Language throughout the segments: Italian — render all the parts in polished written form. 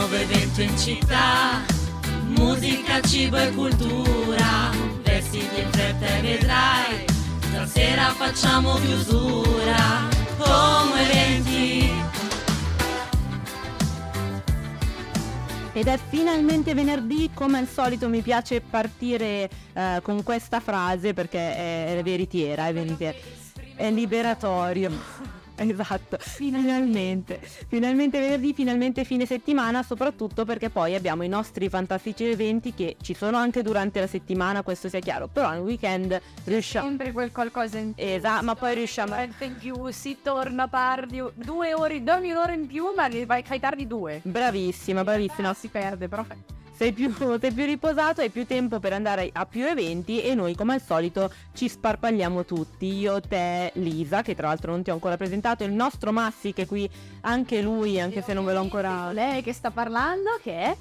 nuovo evento in città, musica, cibo e cultura, vestiti in fretta e vedrai, stasera facciamo chiusura, Como Eventi. Ed è finalmente venerdì, come al solito mi piace partire con questa frase perché è veritiera, è liberatorio. Esatto, finalmente venerdì, finalmente fine settimana, soprattutto perché poi abbiamo i nostri fantastici eventi che ci sono anche durante la settimana, questo sia chiaro, però nel weekend riusciamo sempre quel qualcosa in più. Esatto, ma poi riusciamo in più, si torna tardi 2 ore, dormi un'ora in più ma fai tardi 2. Bravissima, si perde, però sei più riposato, hai più tempo per andare a più eventi e noi come al solito ci sparpagliamo tutti, io, te, Lisa, che tra l'altro non ti ho ancora presentato, il nostro Massi che è qui, anche lui, anche se non ve l'ho ancora... Lei che sta parlando, che è?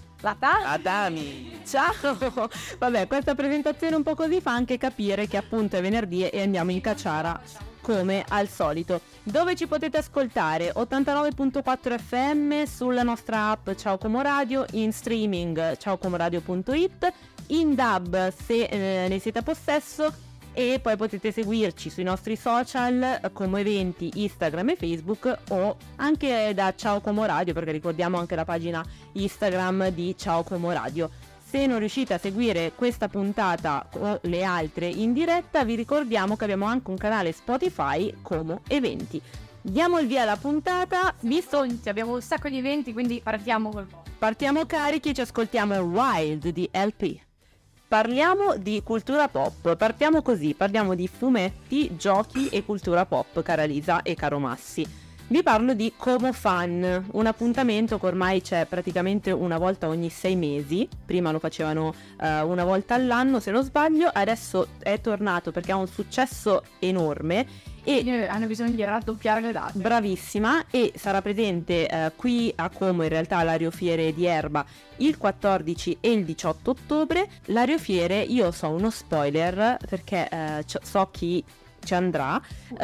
Adami. Ciao! Vabbè, questa presentazione un po' così fa anche capire che appunto è venerdì e andiamo in cacciara come al solito. Dove ci potete ascoltare? 89.4 FM sulla nostra app Ciao Como Radio, in streaming ciaocomoradio.it, in DAB se ne siete a possesso, e poi potete seguirci sui nostri social come Eventi, Instagram e Facebook, o anche da Ciao Como Radio, perché ricordiamo anche la pagina Instagram di Ciao Como Radio. Se non riuscite a seguire questa puntata o le altre in diretta, vi ricordiamo che abbiamo anche un canale Spotify Como Eventi. Diamo il via alla puntata, visto abbiamo un sacco di eventi, quindi partiamo carichi e ci ascoltiamo Wild di LP. Parliamo di cultura pop, parliamo di fumetti, giochi e cultura pop, cara Lisa e caro Massi. Vi parlo di Como Fan, un appuntamento che ormai c'è praticamente una volta ogni 6 mesi, prima lo facevano una volta all'anno se non sbaglio, adesso è tornato perché ha un successo enorme e hanno bisogno di raddoppiare le date. Bravissima, e sarà presente qui a Como, in realtà all'Ariofiere di Erba, il 14 e il 18 ottobre. L'Ariofiere, io so uno spoiler perché so chi ci andrà,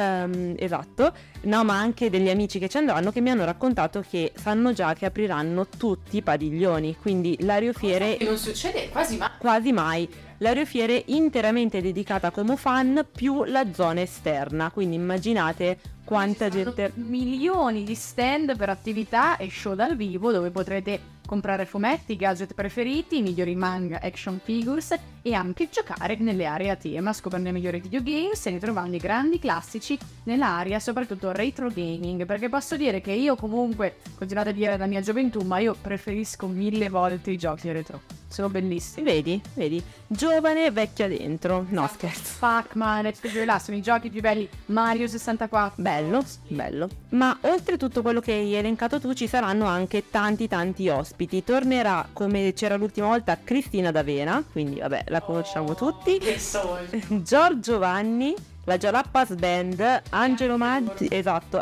esatto, no, ma anche degli amici che ci andranno, che mi hanno raccontato che sanno già che apriranno tutti i padiglioni, quindi l'Ariofiere non succede quasi mai. L'Ariofiere interamente dedicata a Como Fan più la zona esterna, quindi immaginate quanta gente, milioni di stand per attività e show dal vivo dove potrete comprare fumetti, gadget preferiti, i migliori manga, action figures e anche giocare nelle aree a tema, scoprendo i migliori videogames e ritrovando i grandi classici nell'area, soprattutto retro gaming, perché posso dire che io comunque, continuate a dire la mia gioventù, ma io preferisco 1000 volte i giochi retro, sono bellissimi. Vedi, giovane e vecchia dentro, no scherzo. Pac-Man, là, sono i giochi più belli, Mario 64. Bello. Ma oltre tutto quello che hai elencato tu ci saranno anche tanti ospiti. Tornerà, come c'era l'ultima volta, Cristina D'Avena, quindi vabbè, la conosciamo tutti. Giorgio Vanni, la Jalapas Band, Angelo Maggi,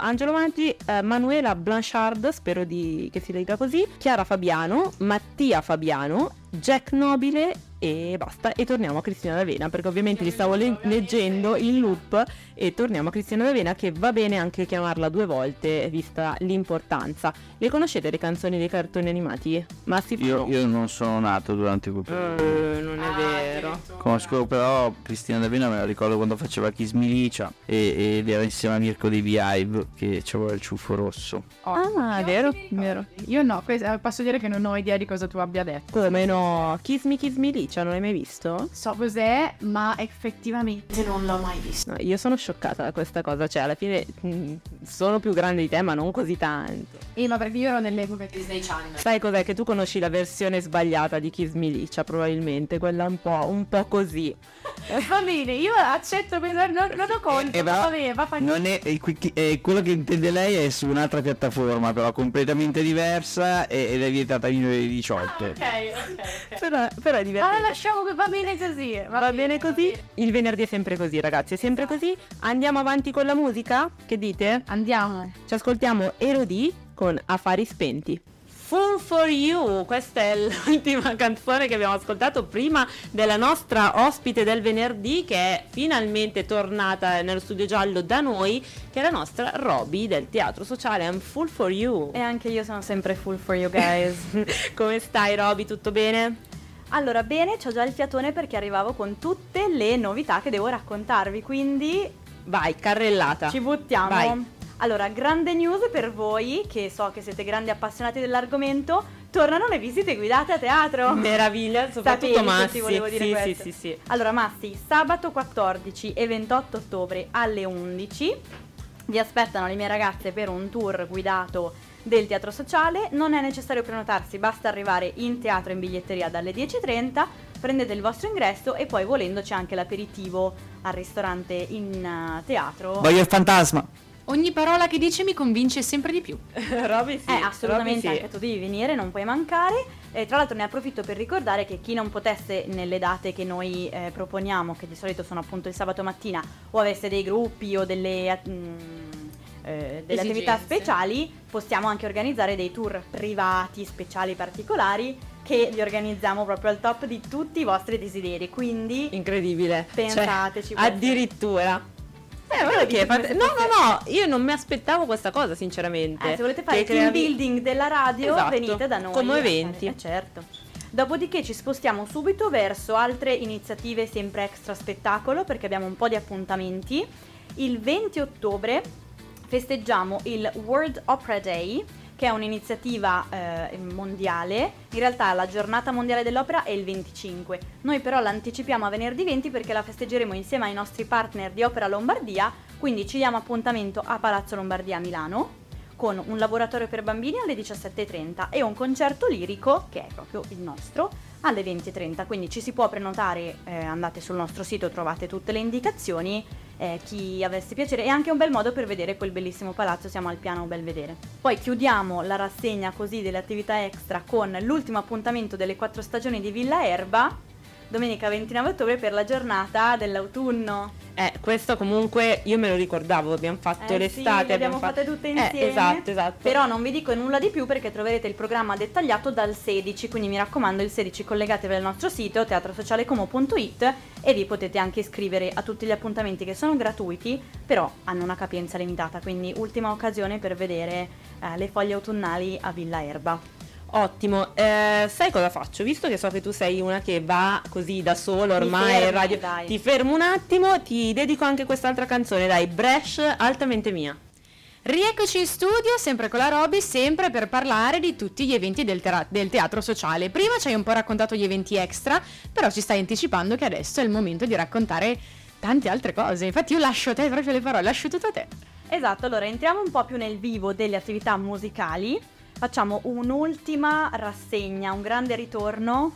Manuela Blanchard, spero che si legga così, Chiara Fabiano, Mattia Fabiano, Jack Nobile e basta, e torniamo a Cristina D'Avena, perché ovviamente li stavo leggendo in loop, e torniamo a Cristina D'Avena, che va bene anche chiamarla 2 volte vista l'importanza. Le conoscete le canzoni dei cartoni animati? Ma io non sono nato durante quel periodo. Non è vero. Conosco però Cristina D'Avena, me la ricordo quando faceva Kiss Milicia ed era insieme a Mirko dei Beehive che c'aveva il ciuffo rosso. Vero. Io no, posso dire che non ho idea di cosa tu abbia detto. Come no? Kiss Me Licia, non l'hai mai visto? So cos'è, ma effettivamente non l'ho mai visto. No, io sono scioccata da questa cosa, cioè alla fine sono più grande di te, ma non così tanto. Ma perché io ero nell'epoca Disney Channel. Sai cos'è? Che tu conosci la versione sbagliata di Kiss Me Licia, probabilmente, quella un po' così. Va bene, io accetto, non ho conto. Non è quello che intende lei, è su un'altra piattaforma, però completamente diversa ed è vietata ai minori di 18. Ok. Però è divertente. Allora lasciamo che va bene così. Va bene così? Il venerdì è sempre così, ragazzi, è sempre così. Andiamo avanti con la musica? Che dite? Andiamo. Ci ascoltiamo Elodie con Affari Spenti. Fool for You, questa è l'ultima canzone che abbiamo ascoltato prima della nostra ospite del venerdì, che è finalmente tornata nello studio giallo da noi, che è la nostra Roby del Teatro Sociale. I'm full for you. E anche io sono sempre full for you guys. Come stai, Roby? Tutto bene? Allora, bene, c'ho già il fiatone perché arrivavo con tutte le novità che devo raccontarvi, quindi Vai, carrellata. ci buttiamo. Vai. Allora, grande news per voi, che so che siete grandi appassionati dell'argomento, tornano le visite guidate a teatro. Meraviglia, soprattutto Sapevi che Massi. ti volevo dire sì, questo. sì. Allora, Massi, sabato 14 e 28 ottobre alle 11 vi aspettano le mie ragazze per un tour guidato del Teatro Sociale. Non è necessario prenotarsi, basta arrivare in teatro in biglietteria dalle 10:30, prendete il vostro ingresso e poi volendo c'è anche l'aperitivo al ristorante in teatro. Voglio il fantasma. Ogni parola che dice mi convince sempre di più. Roby sì. Assolutamente, Roby sì. anche tu devi venire, non puoi mancare. Tra l'altro ne approfitto per ricordare che chi non potesse nelle date che noi proponiamo, che di solito sono appunto il sabato mattina, o avesse dei gruppi o delle attività speciali, possiamo anche organizzare dei tour privati, speciali, particolari, che vi organizziamo proprio al top di tutti i vostri desideri. Quindi Incredibile. pensateci. Cioè, addirittura. Guarda che no, io non mi aspettavo questa cosa, sinceramente. Se volete fare il Che team creavi- building della radio, Esatto, venite da noi. come eventi. Certo. Dopodiché ci spostiamo subito verso altre iniziative sempre extra spettacolo, perché abbiamo un po' di appuntamenti. Il 20 ottobre festeggiamo il World Opera Day, che è un'iniziativa mondiale. In realtà la giornata mondiale dell'opera è il 25. Noi però l'anticipiamo a venerdì 20 perché la festeggeremo insieme ai nostri partner di Opera Lombardia, quindi ci diamo appuntamento a Palazzo Lombardia a Milano con un laboratorio per bambini alle 17:30 e un concerto lirico, che è proprio il nostro, alle 20:30. Quindi ci si può prenotare, andate sul nostro sito, trovate tutte le indicazioni. Chi avesse piacere, è anche un bel modo per vedere quel bellissimo palazzo, siamo al piano Belvedere. Poi chiudiamo la rassegna così delle attività extra con l'ultimo appuntamento delle 4 stagioni di Villa Erba, domenica 29 ottobre per la giornata dell'autunno. Questo comunque io me lo ricordavo, abbiamo fatto l'estate, sì, le abbiamo fatte tutte insieme. Esatto. Però non vi dico nulla di più perché troverete il programma dettagliato dal 16, quindi mi raccomando il 16 collegatevi al nostro sito teatrosocialecomo.it e vi potete anche iscrivere a tutti gli appuntamenti che sono gratuiti, però hanno una capienza limitata, quindi ultima occasione per vedere le foglie autunnali a Villa Erba. Ottimo, sai cosa faccio? Visto che so che tu sei una che va così da solo ormai fermi, in radio, dai. ti fermo un attimo, ti dedico anche quest'altra canzone, dai, Bresh, altamente mia. Rieccoci in studio, sempre con la Roby, sempre per parlare di tutti gli eventi del Teatro Sociale. Prima ci hai un po' raccontato gli eventi extra, però ci stai anticipando che adesso è il momento di raccontare tante altre cose. Infatti io lascio a te proprio le parole, lascio tutto a te. Esatto, allora entriamo un po' più nel vivo delle attività musicali. Facciamo un'ultima rassegna, un grande ritorno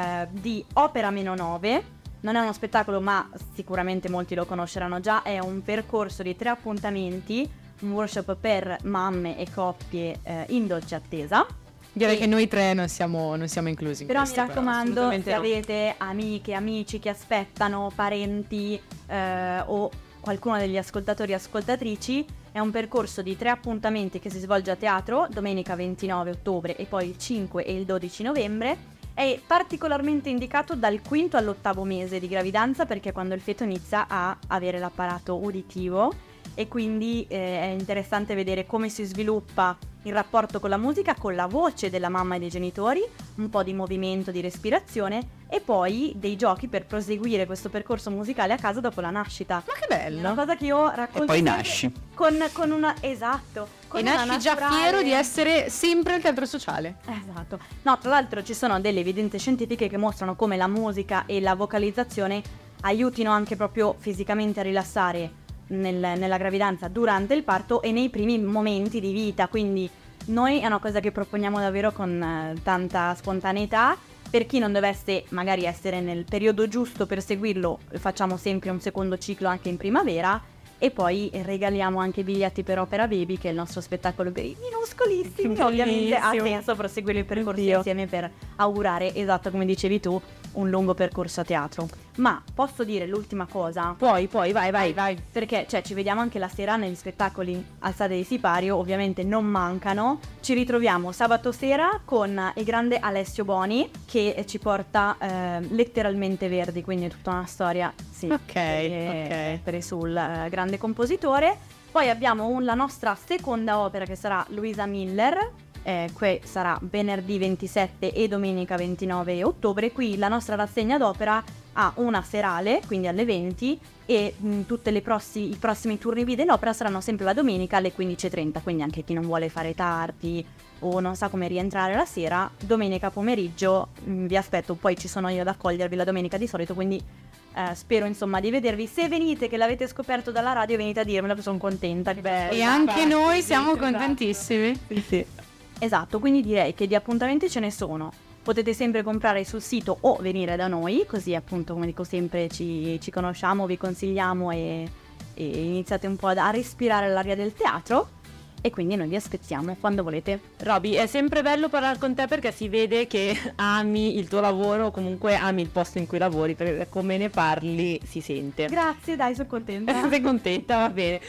di Opera -9. Non è uno spettacolo, ma sicuramente molti lo conosceranno già. È un percorso di 3 appuntamenti, un workshop per mamme e coppie in dolce attesa. Direi che noi tre non siamo inclusi in Però mi questo, raccomando, assolutamente se no. avete amiche, amici che aspettano, parenti o qualcuno degli ascoltatori e ascoltatrici, è un percorso di 3 appuntamenti che si svolge a teatro domenica 29 ottobre e poi il 5 e il 12 novembre. È particolarmente indicato dal 5° all'8° mese di gravidanza, perché è quando il feto inizia a avere l'apparato uditivo, e quindi è interessante vedere come si sviluppa il rapporto con la musica, con la voce della mamma e dei genitori, un po' di movimento, di respirazione e poi dei giochi per proseguire questo percorso musicale a casa dopo la nascita. Ma che È una bello! cosa che io racconto E poi sempre nasci. con una esatto, con E una nasci già naturale- fiero di essere sempre al Teatro Sociale. Esatto. No, tra l'altro ci sono delle evidenze scientifiche che mostrano come la musica e la vocalizzazione aiutino anche proprio fisicamente a rilassare nella gravidanza, durante il parto e nei primi momenti di vita. Quindi noi è una cosa che proponiamo davvero con tanta spontaneità. Per chi non dovesse magari essere nel periodo giusto per seguirlo, facciamo sempre un secondo ciclo anche in primavera. e poi regaliamo anche i biglietti per Opera Baby, che è il nostro spettacolo per i minuscolissimi. Ovviamente ha senso proseguire il percorso insieme per augurare, esatto come dicevi tu, un lungo percorso a teatro. Ma posso dire l'ultima cosa? Poi, vai. Perché ci vediamo anche la sera negli spettacoli al Sade di Sipario, ovviamente non mancano. Ci ritroviamo sabato sera con il grande Alessio Boni, che ci porta letteralmente Verdi, quindi è tutta una storia sul grande compositore. Poi abbiamo la nostra seconda opera, che sarà Luisa Miller. Qui sarà venerdì 27 e domenica 29 ottobre. Qui la nostra rassegna d'opera ha una serale, quindi alle 20, e tutte i prossimi turni dell'opera saranno sempre la domenica alle 15:30, quindi anche chi non vuole fare tardi o non sa come rientrare la sera, domenica pomeriggio vi aspetto. Poi ci sono io ad accogliervi la domenica di solito, quindi spero insomma di vedervi. Se venite, che l'avete scoperto dalla radio, venite a dirmelo, che sono contenta. E anche noi siamo contentissimi. Sì. Esatto, quindi direi che di appuntamenti ce ne sono. Potete sempre comprare sul sito o venire da noi, così appunto, come dico sempre, ci conosciamo, vi consigliamo e iniziate un po' a respirare l'aria del teatro. E quindi noi vi aspettiamo quando volete. Roby, è sempre bello parlare con te, perché si vede che ami il tuo lavoro, o comunque ami il posto in cui lavori, perché come ne parli si sente. Grazie, dai, sono contenta. Sei contenta? Va bene.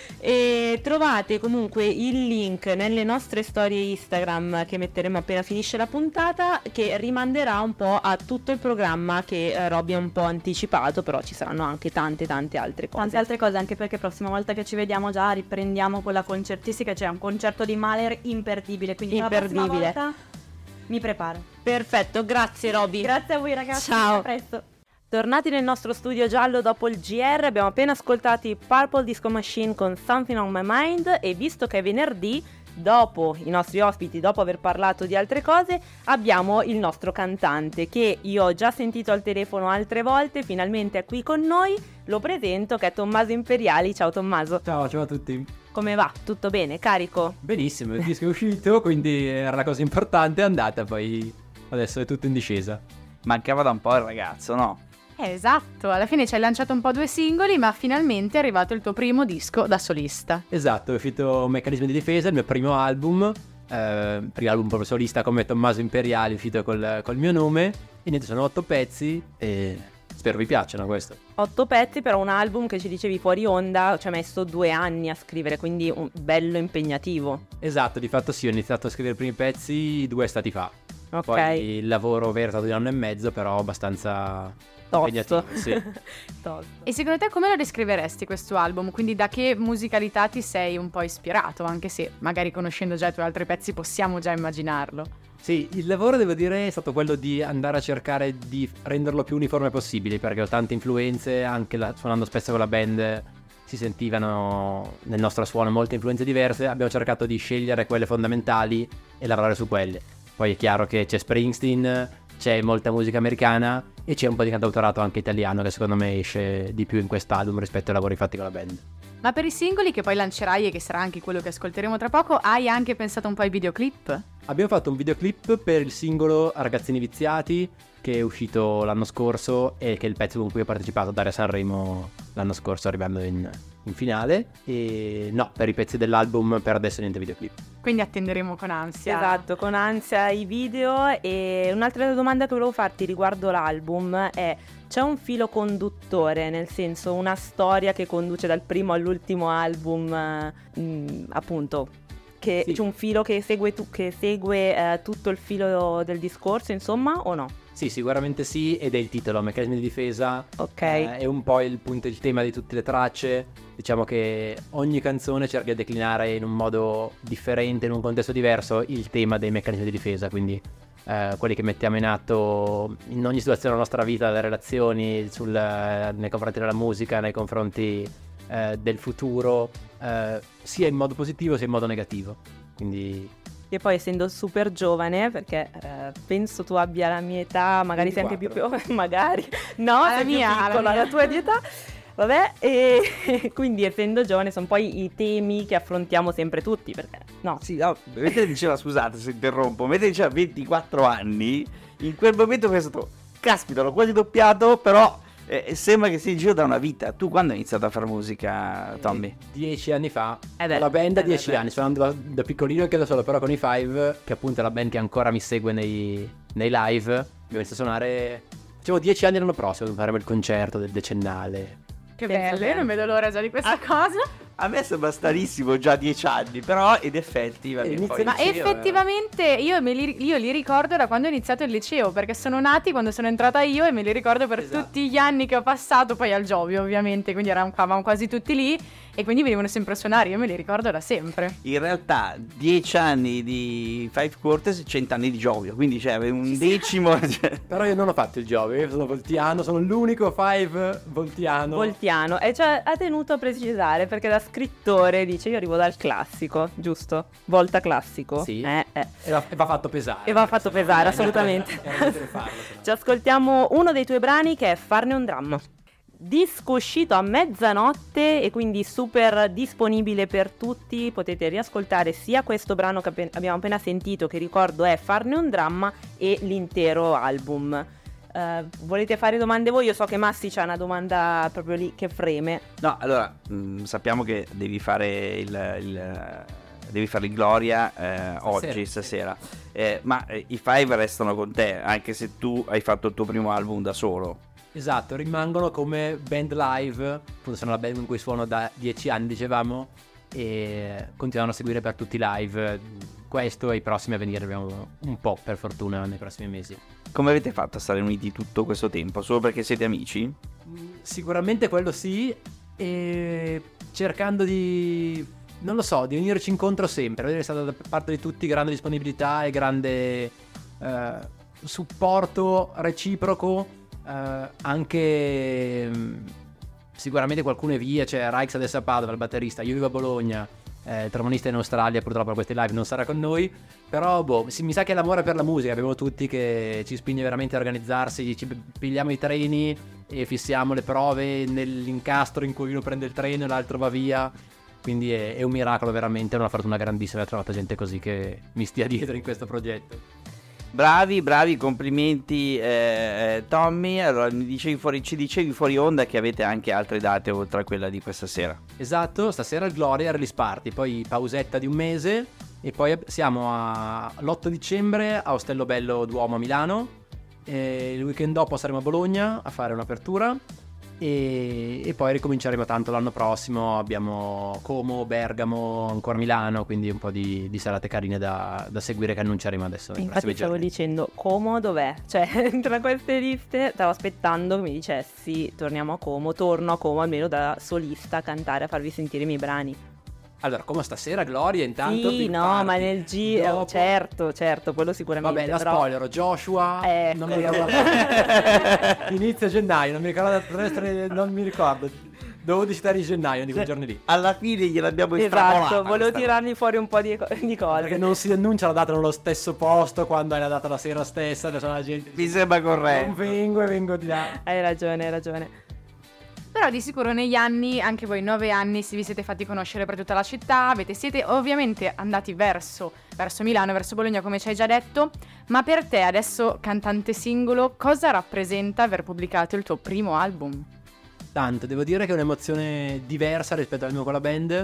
E trovate comunque il link nelle nostre storie Instagram, che metteremo appena finisce la puntata, che rimanderà un po' a tutto il programma che Roby ha un po' anticipato, però ci saranno anche tante altre cose. Tante altre cose, anche perché prossima volta che ci vediamo già riprendiamo con la concertistica, c'è un concerto di Mahler imperdibile, quindi la prossima volta mi preparo. Perfetto, grazie Roby. Grazie a voi ragazzi. Ciao. A presto. Tornati nel nostro studio giallo dopo il GR, abbiamo appena ascoltato i Purple Disco Machine con Something on My Mind, e visto che è venerdì, dopo i nostri ospiti, dopo aver parlato di altre cose, abbiamo il nostro cantante, che io ho già sentito al telefono altre volte, finalmente è qui con noi. Lo presento, che è Tommaso Imperiali. Ciao Tommaso. Ciao a tutti. Come va? Tutto bene? Carico? Benissimo, il disco è uscito, quindi era la cosa importante, è andata, poi adesso è tutto in discesa. Mancava da un po' il ragazzo, no? Esatto, alla fine ci hai lanciato un po' 2 singoli, ma finalmente è arrivato il tuo primo disco da solista. Esatto, è uscito Meccanismi di difesa, il mio primo album proprio solista come Tommaso Imperiali, uscito col mio nome, e niente, sono 8 pezzi e spero vi piacciono questo. 8 pezzi, però un album che ci dicevi fuori onda ci ha messo 2 anni a scrivere, quindi un bello impegnativo. Esatto, di fatto sì, ho iniziato a scrivere i primi pezzi 2 estati fa. Ok. Poi il lavoro vero è stato di 1 anno e mezzo, però abbastanza tosto. Sì. Tosto. E secondo te come lo descriveresti questo album? Quindi da che musicalità ti sei un po' ispirato? Anche se magari conoscendo già i tuoi altri pezzi possiamo già immaginarlo. Sì, il lavoro devo dire è stato quello di andare a cercare di renderlo più uniforme possibile, perché ho tante influenze, anche suonando spesso con la band si sentivano nel nostro suono molte influenze diverse. Abbiamo cercato di scegliere quelle fondamentali e lavorare su quelle. Poi è chiaro che c'è Springsteen, c'è molta musica americana e c'è un po' di cantautorato anche italiano, che secondo me esce di più in quest'album rispetto ai lavori fatti con la band. Ma per i singoli che poi lancerai e che sarà anche quello che ascolteremo tra poco, hai anche pensato un po' ai videoclip? Abbiamo fatto un videoclip per il singolo Ragazzini Viziati, che è uscito l'anno scorso e che è il pezzo con cui ho partecipato a Daria Sanremo l'anno scorso, arrivando in finale. E no, per i pezzi dell'album per adesso niente videoclip. Quindi attenderemo con ansia. Esatto, con ansia i video. E un'altra domanda che volevo farti riguardo l'album è: c'è un filo conduttore, nel senso una storia che conduce dal primo all'ultimo album, appunto, che sì. C'è un filo che segue, tutto il filo del discorso, insomma, o no? Sì, sicuramente sì, ed è il titolo, Meccanismi di difesa. Ok. È un po' il tema di tutte le tracce. Diciamo che ogni canzone cerca di declinare in un modo differente, in un contesto diverso, il tema dei meccanismi di difesa, quindi quelli che mettiamo in atto in ogni situazione della nostra vita, delle relazioni, nei confronti della musica, nei confronti del futuro, sia in modo positivo sia in modo negativo. Quindi... E poi, essendo super giovane, perché penso tu abbia la mia età, magari sei anche più magari, no, alla sei mia, più piccola, la tua di età, vabbè, e quindi essendo giovane sono poi i temi che affrontiamo sempre tutti, perché no. Sì, no, mentre diceva, scusate se interrompo, mentre diceva 24 anni, in quel momento ho pensato, caspita, l'ho quasi doppiato, però Sembra che sia in giro da una vita. Tu quando hai iniziato a fare musica, Tommy? 10 anni fa. beh. La band da 10 beh. anni, suonando da piccolino che da solo, però con i Five, che appunto è la band che ancora mi segue nei live, abbiamo iniziato a suonare. Facevo 10 anni l'anno prossimo, faremo il concerto del decennale. Che Pensa bello, te. io non vedo l'ora già di questa cosa. A me sembra stranissimo già 10 anni, però in effetti va bene, Inizio poi- Ma Sì, effettivamente io li ricordo da quando ho iniziato il liceo, perché sono nati quando sono entrata io e me li ricordo per Esatto. tutti gli anni che ho passato, poi al Giovio ovviamente, quindi eravamo quasi tutti lì e quindi venivano sempre a suonare, io me li ricordo da sempre. In realtà 10 anni di Five Quarters, 100 anni di Giovio, quindi c'è un decimo. Cioè. Però io non ho fatto il Giove, io sono voltiano, sono l'unico Five voltiano. Voltiano, e cioè ha tenuto a precisare perché da scrittore dice io arrivo dal classico, giusto? Volta classico. Sì. E va fatto pesare. va fatto pesare, assolutamente. Era inutile farlo, se no. Ci ascoltiamo uno dei tuoi brani che è Farne un dramma. Disco uscito a mezzanotte e quindi super disponibile per tutti, potete riascoltare sia questo brano che abbiamo appena sentito, che ricordo è Farne un dramma, e l'intero album. Volete fare domande voi? Io so che Massi c'ha una domanda proprio lì che freme. No, allora, sappiamo che devi fare devi fare il Gloria oggi, stasera. Ma i Five restano con te, anche se tu hai fatto il tuo primo album da solo. Esatto, rimangono come band live, appunto sono la band in cui suono da 10 anni, dicevamo, e continuano a seguire per tutti i live. Questo e i prossimi a venire, abbiamo un po' per fortuna nei prossimi mesi. Come avete fatto a stare uniti tutto questo tempo? Solo perché siete amici? Sicuramente quello sì, e cercando di, non lo so, di venirci incontro sempre, vedere che è stata da parte di tutti grande disponibilità e grande supporto reciproco, anche sicuramente qualcuno è via, c'è Raix adesso a Padova, il batterista, io vivo a Bologna, il trombonista in Australia, purtroppo a questi live non sarà con noi, però mi sa che è l'amore per la musica, abbiamo tutti, che ci spinge veramente a organizzarsi, ci pigliamo i treni e fissiamo le prove nell'incastro in cui uno prende il treno e l'altro va via, quindi è un miracolo veramente, è una fortuna grandissima aver trovato gente così che mi stia dietro in questo progetto. Bravi, complimenti Tommy. Allora ci dicevi fuori onda che avete anche altre date oltre a quella di questa sera. Esatto, stasera il Gloria Release Party, poi pausetta di un mese e poi siamo l'8 dicembre a Ostello Bello Duomo a Milano, e il weekend dopo saremo a Bologna a fare un'apertura e poi ricominceremo tanto l'anno prossimo, abbiamo Como, Bergamo, ancora Milano, quindi un po' di serate carine da seguire che annunceremo adesso nei Infatti prossimi stavo giorni. dicendo, Como dov'è? Cioè, tra queste liste stavo aspettando che mi dicessi torno a Como almeno da solista a cantare, a farvi sentire i miei brani. Allora, come stasera Gloria intanto Sì, Big no, Party. ma nel giro, Dopo- certo, quello sicuramente. Vabbè, la però... spoiler, Joshua, Ecco. non mi ricordo. Inizio gennaio, non mi ricordo. 12 di gennaio di quei giorni lì. Alla fine gliel'abbiamo estrapolata. Esatto, volevo questa tirargli fuori un po' di cose. Perché non si annuncia la data nello stesso posto quando è la data la sera stessa, adesso la gente Mi sembra non corretto. vengo di là. Hai ragione. Però di sicuro negli anni, anche voi 9 anni, vi siete fatti conoscere per tutta la città, siete ovviamente andati verso Milano, verso Bologna come ci hai già detto, ma per te adesso cantante singolo, cosa rappresenta aver pubblicato il tuo primo album? Tanto, devo dire che è un'emozione diversa rispetto al mio con la band,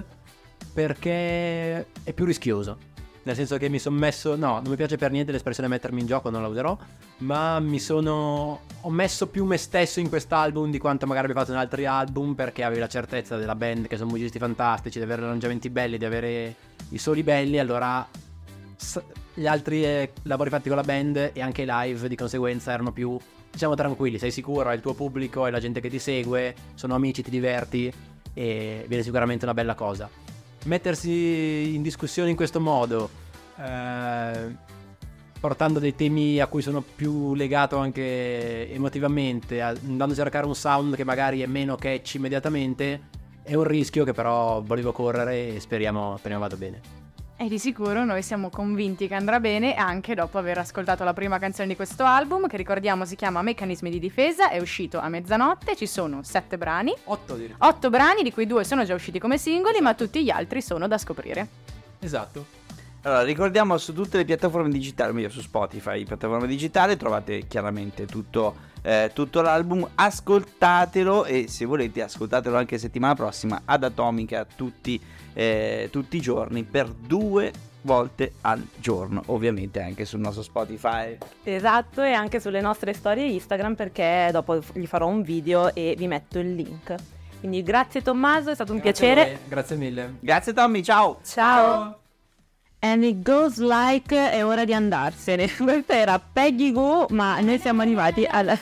perché è più rischioso. Nel senso che mi sono messo, no, non mi piace per niente l'espressione mettermi in gioco, non la userò, ma ho messo più me stesso in quest'album di quanto magari abbia fatto in altri album, perché avevi la certezza della band che sono musicisti fantastici, di avere arrangiamenti belli, di avere i soli belli, allora gli altri lavori fatti con la band e anche i live di conseguenza erano più, diciamo, tranquilli, sei sicuro, hai il tuo pubblico, hai la gente che ti segue, sono amici, ti diverti e viene sicuramente una bella cosa. Mettersi in discussione in questo modo, portando dei temi a cui sono più legato anche emotivamente, andando a cercare un sound che magari è meno catchy immediatamente, è un rischio che però volevo correre e speriamo vada bene. E di sicuro noi siamo convinti che andrà bene anche dopo aver ascoltato la prima canzone di questo album, che ricordiamo si chiama Meccanismi di difesa, è uscito a mezzanotte, ci sono 7 brani, 8 brani di cui 2 sono già usciti come singoli, ma tutti gli altri sono da scoprire. Esatto. Allora, ricordiamo su tutte le piattaforme digitali, meglio su Spotify, piattaforme digitali, trovate chiaramente tutto l'album, ascoltatelo e se volete ascoltatelo anche settimana prossima ad Atomica tutti i giorni per 2 volte al giorno, ovviamente anche sul nostro Spotify. Esatto, e anche sulle nostre storie Instagram, perché dopo gli farò un video e vi metto il link. Quindi grazie Tommaso, è stato un piacere. Grazie mille. Grazie Tommy, ciao! Ciao! And it goes like è ora di andarsene. Questa era Peggy Go, ma noi siamo arrivati alla...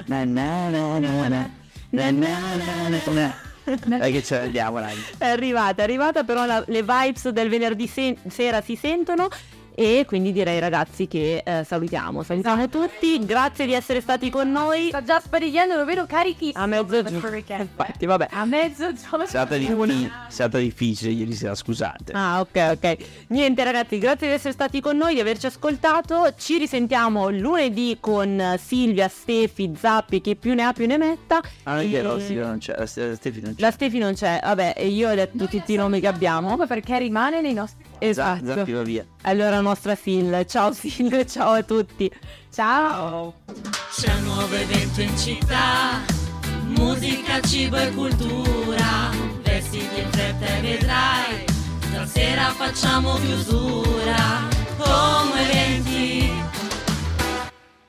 Dai che ce ne andiamo, dai. È arrivata, però le vibes del venerdì sera si sentono. E quindi direi ragazzi che salutiamo tutti, grazie di essere stati con noi. Sta già sparigliando, lo vedo carichi a mezzogiorno. Infatti, vabbè. A mezzogiorno. È stata difficile ieri sera, scusate. Ah, ok. Niente ragazzi, grazie di essere stati con noi, di averci ascoltato. Ci risentiamo lunedì con Silvia, Stefi, Zappi, chi più ne ha più ne metta. Ah, non è vero, Silvia non c'è, la Stefi non c'è. La Stefi non c'è, vabbè, e io ho detto tutti i nomi che abbiamo. Perché rimane nei nostri... Esatto. Zappi va via. Allora nostra Sil, ciao Sil, ciao a tutti. Ciao. C'è un nuovo evento in città, musica, cibo e cultura, vestiti in fretta e vedrai, stasera facciamo chiusura, come eventi